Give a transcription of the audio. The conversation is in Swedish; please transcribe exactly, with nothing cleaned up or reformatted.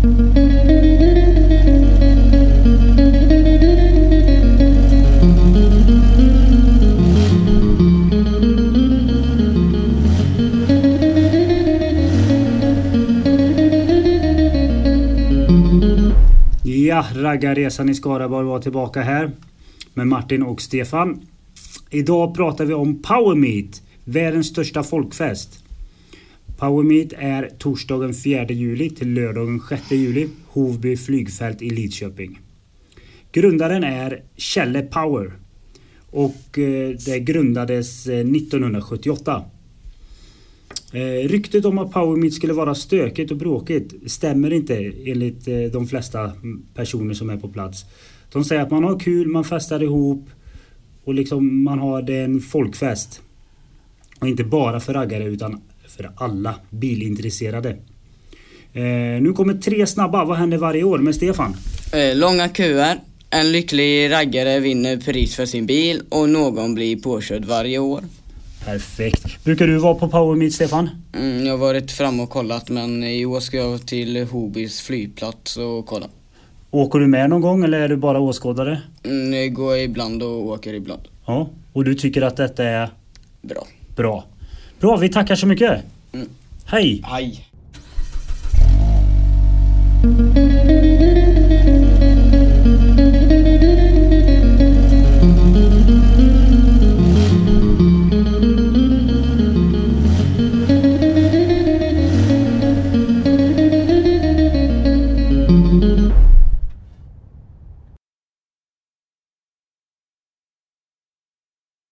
Ja, raggarresan i Skaraborg var tillbaka här med Martin och Stefan. Idag pratar vi om Power Meet, världens största folkfest. Power Meet är torsdagen fjärde juli till lördagen sjätte juli, Hovby flygfält i Lidköping. Grundaren är Kjelle Power och det grundades nittonhundrasjuttioåtta. Ryktet om att Power Meet skulle vara stökigt och bråkigt stämmer inte enligt de flesta personer som är på plats. De säger att man har kul, man festar ihop och liksom man har det en folkfest. Och inte bara för raggare utan för alla bilintresserade. Eh, nu kommer tre snabba. Vad händer varje år med Stefan? Eh, långa köer. En lycklig raggare vinner pris för sin bil och någon blir påkörd varje år. Perfekt. Brukar du vara på Power Meet, Stefan? Mm, jag har varit fram och kollat, men i år ska jag till Hobys flygplats och kolla. Åker du med någon gång eller är du bara åskådare? Mm, jag går ibland och åker ibland. Ja, och du tycker att detta är Bra. Bra. Bra, vi tackar så mycket. Mm. Hej. Hej.